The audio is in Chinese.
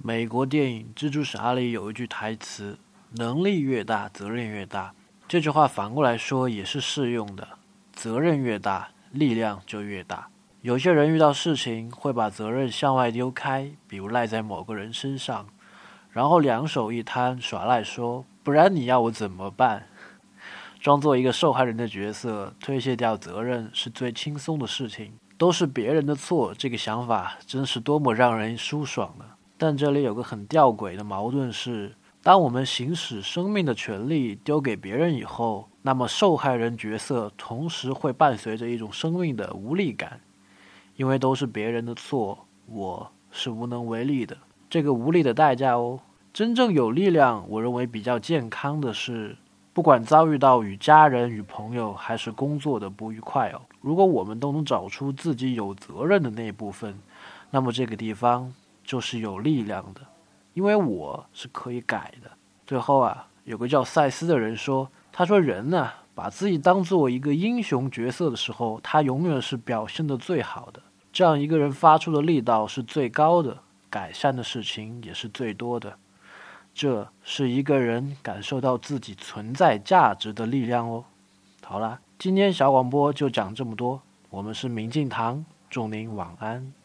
美国电影《蜘蛛侠》里有一句台词：能力越大，责任越大。这句话反过来说也是适用的，责任越大，力量就越大。有些人遇到事情会把责任向外丢开，比如赖在某个人身上，然后两手一摊耍赖说，不然你要我怎么办？装作一个受害人的角色，推卸掉责任是最轻松的事情，都是别人的错，这个想法真是多么让人舒爽呢。但这里有个很吊诡的矛盾是，当我们行使生命的权利丢给别人以后，那么受害人角色同时会伴随着一种生命的无力感，因为都是别人的错，我是无能为力的。这个无力的代价哦，真正有力量，我认为比较健康的是，不管遭遇到与家人、与朋友还是工作的不愉快哦，如果我们都能找出自己有责任的那一部分，那么这个地方就是有力量的，因为我是可以改的。最后啊，有个叫赛斯的人说，他说人呢，把自己当做一个英雄角色的时候，他永远是表现得最好的。这样一个人发出的力道是最高的，改善的事情也是最多的。这是一个人感受到自己存在价值的力量哦。好啦，今天小广播就讲这么多，我们是明镜堂，祝您晚安。